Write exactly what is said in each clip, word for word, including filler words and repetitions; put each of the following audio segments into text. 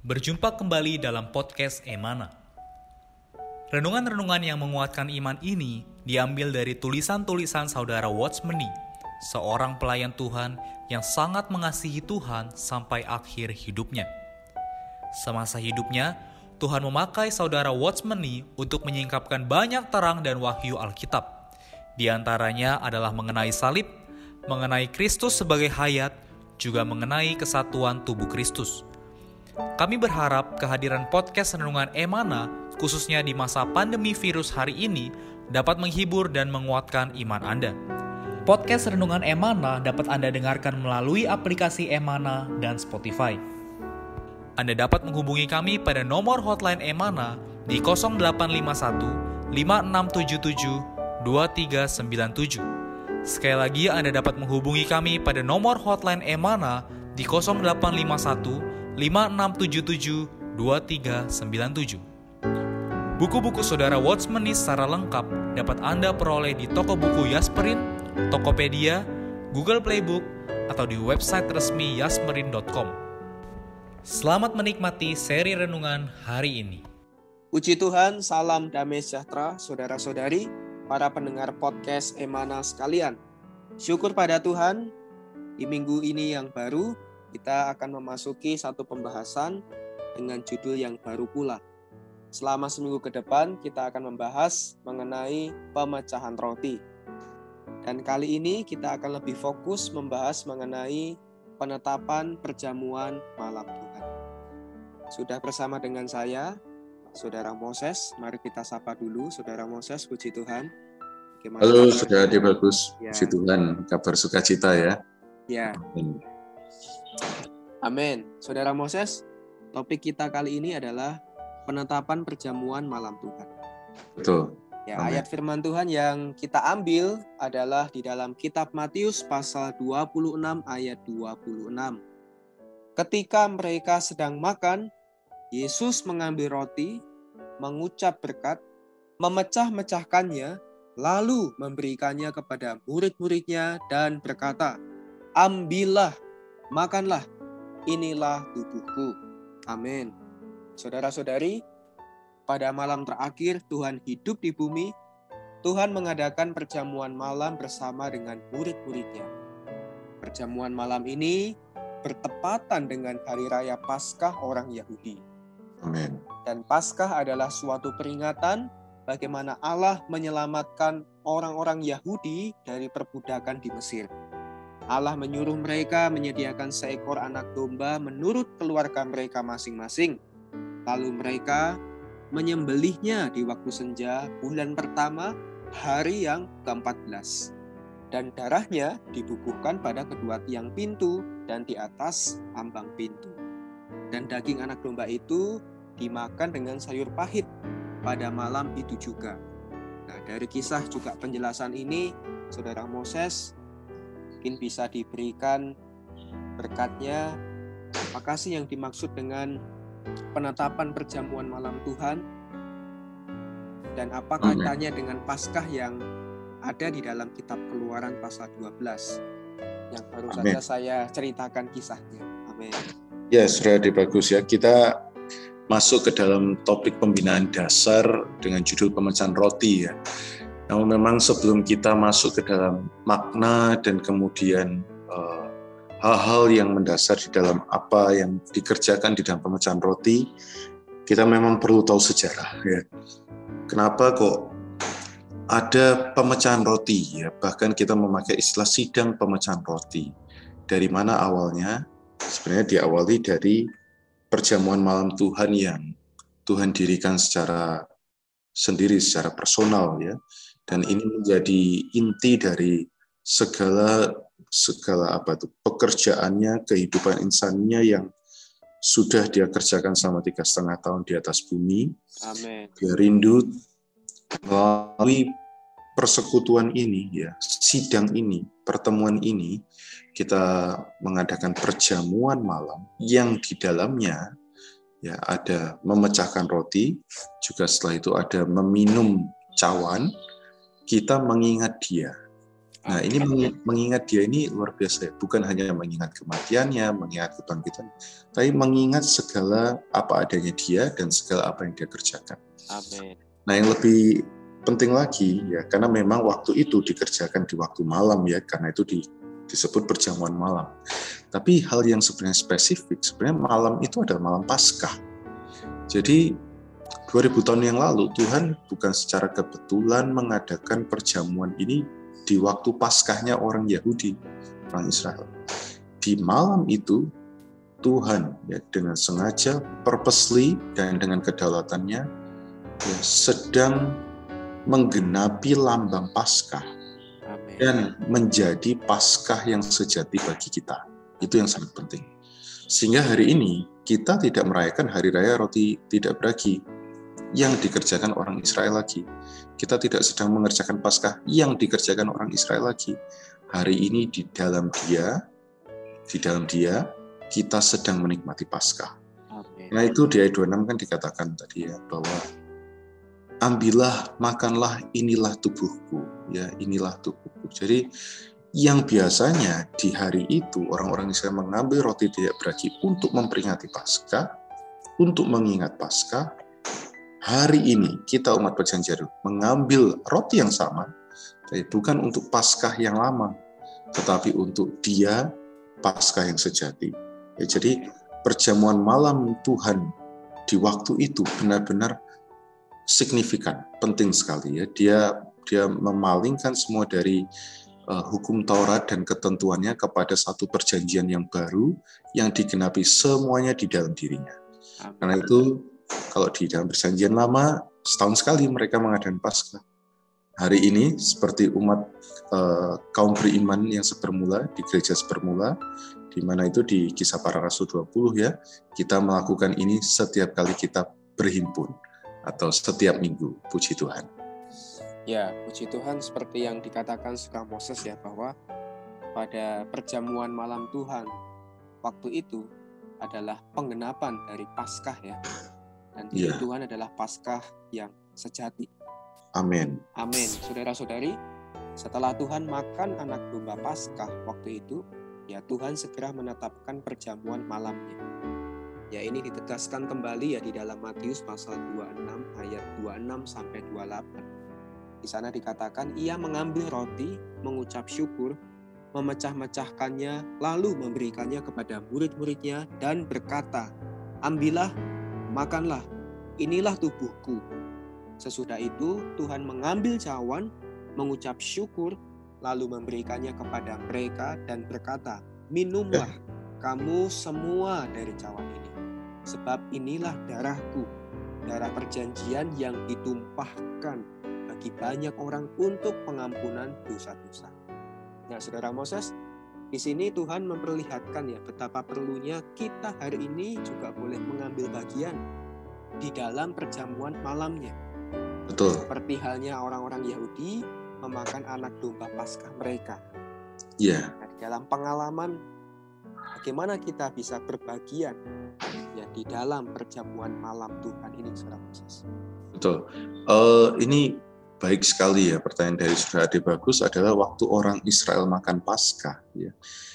Berjumpa kembali dalam podcast Emana. Renungan-renungan yang menguatkan iman ini diambil dari tulisan-tulisan saudara Watchmeni, seorang pelayan Tuhan yang sangat mengasihi Tuhan sampai akhir hidupnya. Semasa hidupnya, Tuhan memakai saudara Watchmeni untuk menyingkapkan banyak terang dan wahyu Alkitab. Di antaranya adalah mengenai salib, mengenai Kristus sebagai hayat, juga mengenai kesatuan tubuh Kristus. Kami berharap kehadiran podcast Renungan Emana, khususnya di masa pandemi virus hari ini, dapat menghibur dan menguatkan iman Anda. Podcast Renungan Emana dapat Anda dengarkan melalui aplikasi Emana dan Spotify. Anda dapat menghubungi kami pada nomor hotline Emana di nol delapan lima satu lima enam tujuh tujuh dua tiga sembilan tujuh. Sekali lagi Anda dapat menghubungi kami pada nomor hotline Emana di nol delapan lima satu lima enam tujuh tujuh dua tiga sembilan tujuh. Buku-buku saudara Watchmeni secara lengkap dapat Anda peroleh di toko buku Yasmerin, Tokopedia, Google Playbook, atau di website resmi yasmerin dot com. Selamat menikmati seri renungan hari ini. Puji Tuhan, salam damai sejahtera saudara-saudari, para pendengar podcast Emana sekalian. Syukur pada Tuhan, di minggu ini yang baru, kita akan memasuki satu pembahasan dengan judul yang baru pula. Selama seminggu ke depan, kita akan membahas mengenai pemecahan roti. Dan kali ini kita akan lebih fokus membahas mengenai penetapan perjamuan malam Tuhan. Sudah bersama dengan saya, Saudara Moses. Mari kita sapa dulu, Saudara Moses. Puji Tuhan. Bagaimana Halo, kabar? Saudara Adi Bagus. Ya. Puji Tuhan, kabar sukacita ya. Ya. Amin. Amin. Saudara Moses, topik kita kali ini adalah penetapan perjamuan malam Tuhan. Betul. Ya, Amin. ayat firman Tuhan yang kita ambil adalah di dalam kitab Matius pasal dua puluh enam ayat dua puluh enam. Ketika mereka sedang makan, Yesus mengambil roti, mengucap berkat, memecah-mecahkannya, lalu memberikannya kepada murid-muridnya dan berkata, "Ambillah, makanlah, inilah tubuhku." Amin. Saudara-saudari, pada malam terakhir Tuhan hidup di bumi, Tuhan mengadakan perjamuan malam bersama dengan murid-muridnya. Perjamuan malam ini bertepatan dengan hari raya Paskah orang Yahudi. Amin. Dan Paskah adalah suatu peringatan bagaimana Allah menyelamatkan orang-orang Yahudi dari perbudakan di Mesir. Allah menyuruh mereka menyediakan seekor anak domba menurut keluarga mereka masing-masing. Lalu mereka menyembelihnya di waktu senja bulan pertama hari yang keempat belas. Dan darahnya dibubuhkan pada kedua tiang pintu dan di atas ambang pintu. Dan daging anak domba itu dimakan dengan sayur pahit pada malam itu juga. Nah, dari kisah juga penjelasan ini, Saudara Moses, mungkin bisa diberikan berkatnya. Apa sih yang dimaksud dengan penetapan perjamuan malam Tuhan? Dan apa kaitannya dengan Paskah yang ada di dalam kitab Keluaran pasal dua belas yang baru Amin. saja saya ceritakan kisahnya. Amin. Ya, Saudara Adi Bagus ya, kita masuk ke dalam topik pembinaan dasar dengan judul pemecahan roti ya. Namun memang sebelum kita masuk ke dalam makna dan kemudian uh, hal-hal yang mendasar di dalam apa yang dikerjakan di dalam pemecahan roti, kita memang perlu tahu sejarah ya. Kenapa kok ada pemecahan roti ya? Bahkan kita memakai istilah sidang pemecahan roti. Dari mana awalnya? Sebenarnya diawali dari perjamuan malam Tuhan yang Tuhan dirikan secara sendiri, secara personal ya. Dan ini menjadi inti dari segala segala apa itu pekerjaannya, kehidupan insannya yang sudah dia kerjakan selama tiga setengah tahun di atas bumi. Amin. Dia rindu melalui persekutuan ini ya, sidang ini, pertemuan ini, kita mengadakan perjamuan malam yang di dalamnya ya ada memecahkan roti, juga setelah itu ada meminum cawan, kita mengingat dia. Nah, ini mengingat dia ini luar biasa, bukan hanya mengingat kematiannya, mengingat kebangkitan, tapi mengingat segala apa adanya dia dan segala apa yang dia kerjakan. Amin. Nah, yang lebih penting lagi ya, karena memang waktu itu dikerjakan di waktu malam ya, karena itu di, disebut perjamuan malam. Tapi hal yang sebenarnya spesifik, sebenarnya malam itu adalah malam Paskah. Jadi dua ribu tahun yang lalu Tuhan bukan secara kebetulan mengadakan perjamuan ini di waktu Paskahnya orang Yahudi, orang Israel. Di malam itu Tuhan ya dengan sengaja, purposely dan dengan kedaulatannya ya, sedang menggenapi lambang Paskah dan menjadi Paskah yang sejati bagi kita. Itu yang sangat penting. Sehingga hari ini kita tidak merayakan Hari Raya Roti Tidak Beragi yang dikerjakan orang Israel lagi. Kita tidak sedang mengerjakan Paskah yang dikerjakan orang Israel lagi. Hari ini di dalam dia, di dalam dia, kita sedang menikmati Paskah. Amen. Nah itu di ayat dua puluh enam kan dikatakan tadi ya, bahwa ambillah, makanlah, inilah tubuhku. Ya, inilah tubuhku. Jadi yang biasanya di hari itu orang-orang Israel mengambil roti tidak beragi untuk memperingati Paskah, untuk mengingat Paskah. Hari ini kita umat perjanjian mengambil roti yang sama, tapi bukan untuk Paskah yang lama, tetapi untuk dia Paskah yang sejati. Ya, jadi perjamuan malam Tuhan di waktu itu benar-benar signifikan, penting sekali ya. Dia dia memalingkan semua dari uh, hukum Taurat dan ketentuannya kepada satu perjanjian yang baru yang digenapi semuanya di dalam dirinya. Karena itu kalau di dalam perjanjian lama, setahun sekali mereka mengadakan Paskah. Hari ini, seperti umat eh, kaum beriman yang sepermula, di gereja sepermula, di mana itu di Kisah Para Rasul dua puluh ya, kita melakukan ini setiap kali kita berhimpun, atau setiap minggu, puji Tuhan. Ya, puji Tuhan seperti yang dikatakan Suka Moses ya, bahwa pada perjamuan malam Tuhan, waktu itu adalah penggenapan dari Paskah ya. Dan yeah. Tuhan adalah Paskah yang sejati. Amin. Amin. Saudara-saudari, setelah Tuhan makan anak domba Paskah waktu itu, ya Tuhan segera menetapkan perjamuan malamnya. Ya ini ditegaskan kembali ya di dalam Matius pasal dua puluh enam ayat dua puluh enam sampai dua puluh delapan. Di sana dikatakan, ia mengambil roti, mengucap syukur, memecah-mecahkannya, lalu memberikannya kepada murid-muridnya dan berkata, ambillah, makanlah, inilah tubuhku. Sesudah itu Tuhan mengambil cawan, mengucap syukur, lalu memberikannya kepada mereka dan berkata, minumlah kamu semua dari cawan ini, sebab inilah darahku, darah perjanjian yang ditumpahkan bagi banyak orang untuk pengampunan dosa-dosa. Nah, Saudara Moses, di sini Tuhan memperlihatkan ya betapa perlunya kita hari ini juga boleh mengambil bagian di dalam perjamuan malamnya. Betul. Seperti halnya orang-orang Yahudi memakan anak domba Paskah mereka. Iya. Yeah. Nah, di dalam pengalaman bagaimana kita bisa berbagian ya di dalam perjamuan malam Tuhan ini, Saudara Moses. Betul. Uh, ini baik sekali ya, pertanyaan dari Saudara Ade Bagus adalah waktu orang Israel makan Paskah ya.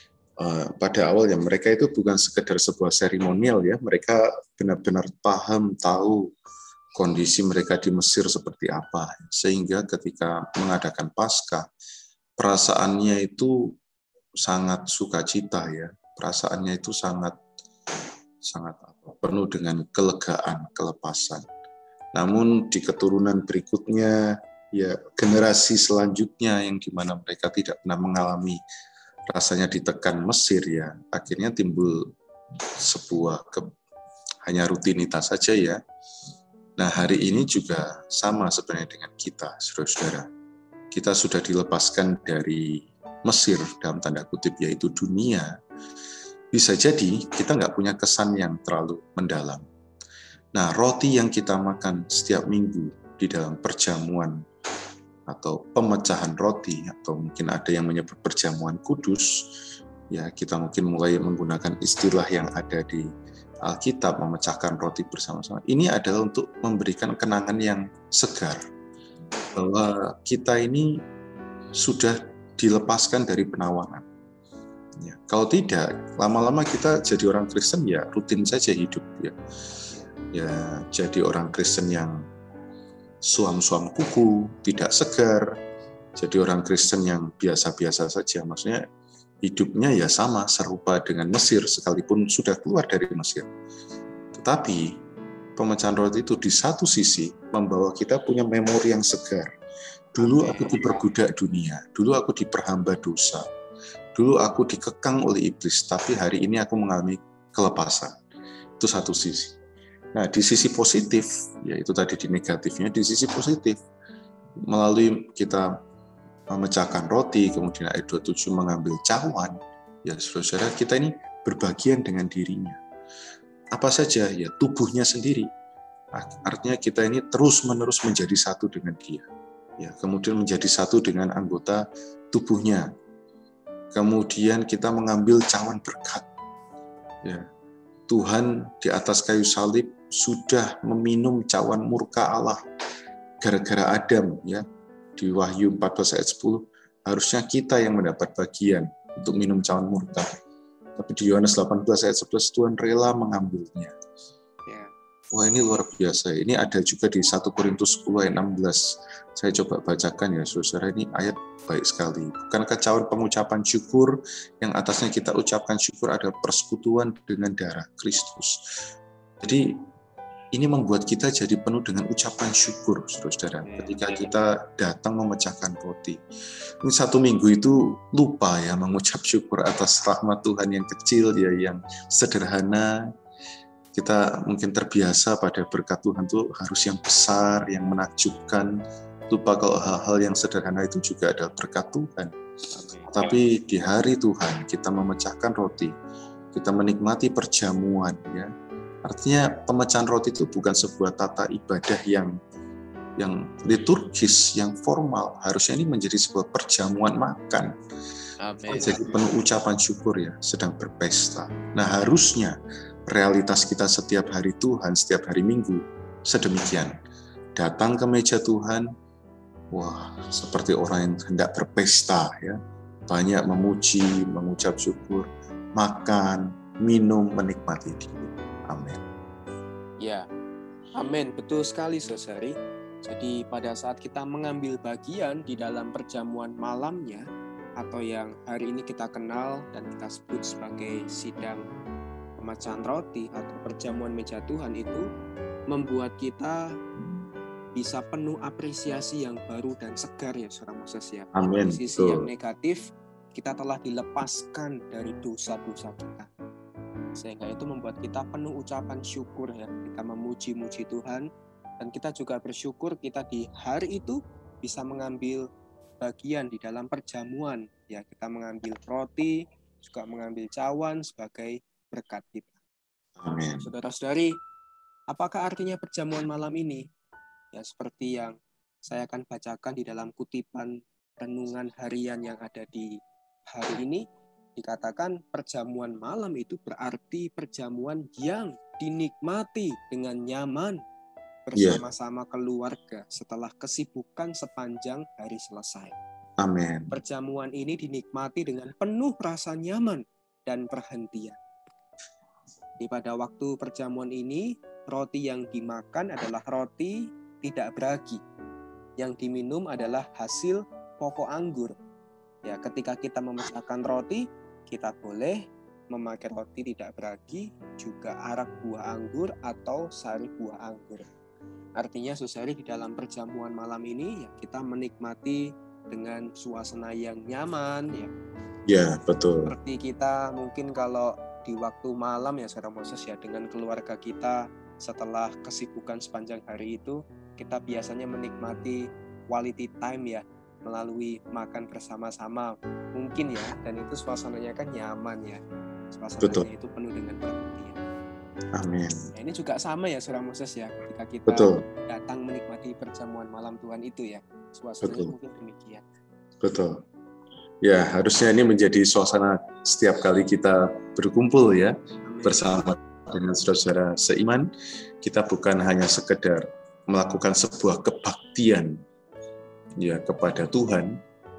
Uh, pada awalnya mereka itu bukan sekedar sebuah seremonial ya, mereka benar-benar paham, tahu kondisi mereka di Mesir seperti apa, sehingga ketika mengadakan Paskah perasaannya itu sangat sukacita ya, perasaannya itu sangat sangat apa, penuh dengan kelegaan, kelepasan. Namun di keturunan berikutnya, ya generasi selanjutnya yang dimana mereka tidak pernah mengalami rasanya ditekan Mesir ya, akhirnya timbul sebuah ke, hanya rutinitas saja ya. Nah hari ini juga sama sebenarnya dengan kita, saudara-saudara. Kita sudah dilepaskan dari Mesir dalam tanda kutip, yaitu dunia. Bisa jadi kita nggak punya kesan yang terlalu mendalam. Nah, roti yang kita makan setiap minggu di dalam perjamuan atau pemecahan roti, atau mungkin ada yang menyebut perjamuan kudus, ya kita mungkin mulai menggunakan istilah yang ada di Alkitab, memecahkan roti bersama-sama. Ini adalah untuk memberikan kenangan yang segar, bahwa kita ini sudah dilepaskan dari penawanan. Ya, kalau tidak, lama-lama kita jadi orang Kristen ya rutin saja hidup ya. Ya, jadi orang Kristen yang suam-suam kuku, tidak segar. Jadi orang Kristen yang biasa-biasa saja. Maksudnya hidupnya ya sama, serupa dengan Mesir sekalipun sudah keluar dari Mesir. Tetapi pemecahan roti itu di satu sisi membawa kita punya memori yang segar. Dulu aku diperbudak dunia, dulu aku diperhamba dosa, dulu aku dikekang oleh iblis, tapi hari ini aku mengalami kelepasan. Itu satu sisi. Nah, di sisi positif, yaitu tadi di negatifnya, di sisi positif, melalui kita memecahkan roti, kemudian ayat dua puluh tujuh mengambil cawan, ya saudara-saudara, kita ini berbagian dengan dirinya. Apa saja? Ya tubuhnya sendiri. Artinya kita ini terus-menerus menjadi satu dengan dia. Ya, kemudian menjadi satu dengan anggota tubuhnya. Kemudian kita mengambil cawan berkat. Ya, Tuhan di atas kayu salib sudah meminum cawan murka Allah gara-gara Adam, ya. Di Wahyu empat belas ayat sepuluh, harusnya kita yang mendapat bagian untuk minum cawan murka. Tapi di Yohanes delapan belas ayat sebelas, Tuhan rela mengambilnya. Ya. Wah, ini luar biasa. Ini ada juga di satu Korintus sepuluh ayat enam belas. Saya coba bacakan ya, saudara, ini ayat baik sekali. Bukankah cawan pengucapan syukur yang atasnya kita ucapkan syukur adalah persekutuan dengan darah Kristus. Jadi ini membuat kita jadi penuh dengan ucapan syukur, saudara-saudara, ketika kita datang memecahkan roti. Ini satu minggu itu lupa ya mengucap syukur atas rahmat Tuhan yang kecil, ya, yang sederhana. Kita mungkin terbiasa pada berkat Tuhan itu harus yang besar, yang menakjubkan. Lupa kalau hal-hal yang sederhana itu juga adalah berkat Tuhan. Tapi di hari Tuhan kita memecahkan roti, kita menikmati perjamuan, ya. Artinya pemecahan roti itu bukan sebuah tata ibadah yang yang liturgis, yang formal. Harusnya ini menjadi sebuah perjamuan makan. Amen. Jadi penuh ucapan syukur, ya, sedang berpesta. Nah, harusnya realitas kita setiap hari Tuhan, setiap hari Minggu sedemikian. Datang ke meja Tuhan, wah, seperti orang yang hendak berpesta, ya. Banyak memuji, mengucap syukur, makan, minum, menikmati hidup. Amin. Ya, amin. Betul sekali, saudari. Jadi pada saat kita mengambil bagian di dalam perjamuan malamnya, atau yang hari ini kita kenal dan kita sebut sebagai sidang pemecahan roti atau perjamuan meja Tuhan, itu membuat kita bisa penuh apresiasi yang baru dan segar, ya, Saudara Moses, ya. Amin. Di sisi yang negatif, kita telah dilepaskan dari dosa-dosa kita. Sehingga itu membuat kita penuh ucapan syukur, ya. Kita memuji-muji Tuhan, dan kita juga bersyukur kita di hari itu bisa mengambil bagian di dalam perjamuan, ya. Kita mengambil roti, juga mengambil cawan sebagai berkat kita. Amin. Saudara-saudari, apakah artinya perjamuan malam ini? Ya, seperti yang saya akan bacakan di dalam kutipan renungan harian yang ada di hari ini. Dikatakan perjamuan malam itu berarti perjamuan yang dinikmati dengan nyaman bersama-sama keluarga setelah kesibukan sepanjang hari selesai. Amin. Perjamuan ini dinikmati dengan penuh rasa nyaman dan perhentian. Di pada waktu perjamuan ini, roti yang dimakan adalah roti tidak beragi. Yang diminum adalah hasil pokok anggur. Ya, ketika kita memecahkan roti, kita boleh memakai roti tidak beragi, juga arak buah anggur atau sari buah anggur. Artinya, saudari, di dalam perjamuan malam ini, ya, kita menikmati dengan suasana yang nyaman, ya. Ya, betul. Seperti kita mungkin kalau di waktu malam, ya, Saudara Moses, ya, dengan keluarga kita setelah kesibukan sepanjang hari itu, kita biasanya menikmati quality time, ya, melalui makan bersama-sama mungkin, ya, dan itu suasananya kan nyaman, ya, suasananya Betul. Itu penuh dengan perhatian. Amin. Nah, ini juga sama, ya, Saudara Moses, ya, ketika kita Betul. datang menikmati perjamuan malam Tuhan itu, ya, suasananya Betul. Mungkin demikian. Betul. Ya, harusnya ini menjadi suasana setiap kali kita berkumpul, ya. Amin. Bersama dengan saudara-saudara seiman. Kita bukan hanya sekedar melakukan sebuah kebaktian, ya, kepada Tuhan,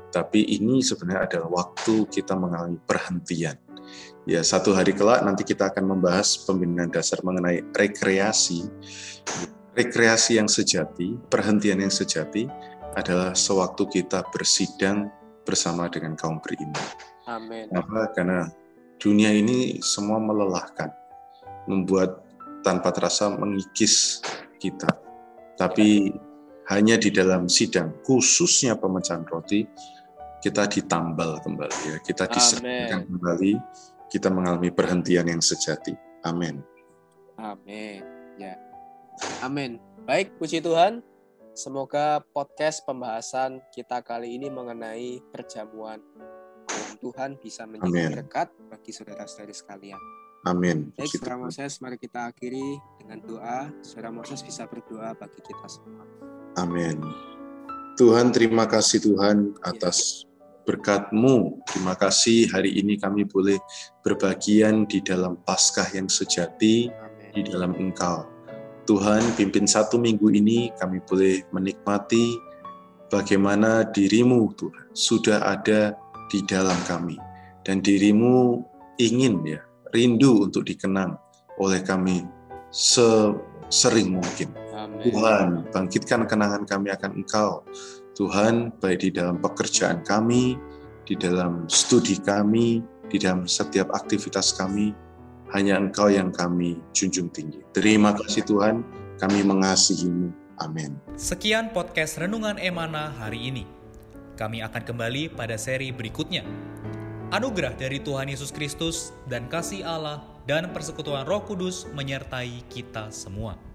Tapi ini sebenarnya adalah waktu kita mengalami perhentian. Ya, satu hari kelak nanti kita akan membahas pembinaan dasar mengenai rekreasi. Rekreasi yang sejati, perhentian yang sejati adalah sewaktu kita bersidang bersama dengan kaum beriman. Amin. Kenapa? Karena dunia ini semua melelahkan, membuat tanpa terasa mengikis kita. Tapi hanya di dalam sidang, khususnya pemecahan roti, kita ditambal kembali, ya. Kita disertakan kembali, kita mengalami perhentian yang sejati. Amin. Amin. Ya. Amin. Baik, puji Tuhan. Semoga podcast pembahasan kita kali ini mengenai perjamuan dengan Tuhan bisa menjadi berkat bagi saudara-saudari sekalian. Amin. Baik, Saudara Moses, mari kita akhiri dengan doa. Saudara Moses bisa berdoa bagi kita semua. Amin. Tuhan, terima kasih Tuhan atas berkat-Mu. Terima kasih hari ini kami boleh berbagian di dalam Paskah yang sejati. Amin. Di dalam Engkau. Tuhan, pimpin satu minggu ini kami boleh menikmati bagaimana diri-Mu Tuhan sudah ada di dalam kami. Dan diri-Mu ingin ya, rindu untuk dikenang oleh kami sesering mungkin. Amin. Tuhan, bangkitkan kenangan kami akan Engkau. Tuhan, baik di dalam pekerjaan kami, di dalam studi kami, di dalam setiap aktivitas kami, hanya Engkau yang kami junjung tinggi. Terima kasih Tuhan, kami mengasihi-Mu. Amin. Sekian podcast Renungan Emana hari ini. Kami akan kembali pada seri berikutnya. Anugerah dari Tuhan Yesus Kristus dan kasih Allah dan persekutuan Roh Kudus menyertai kita semua.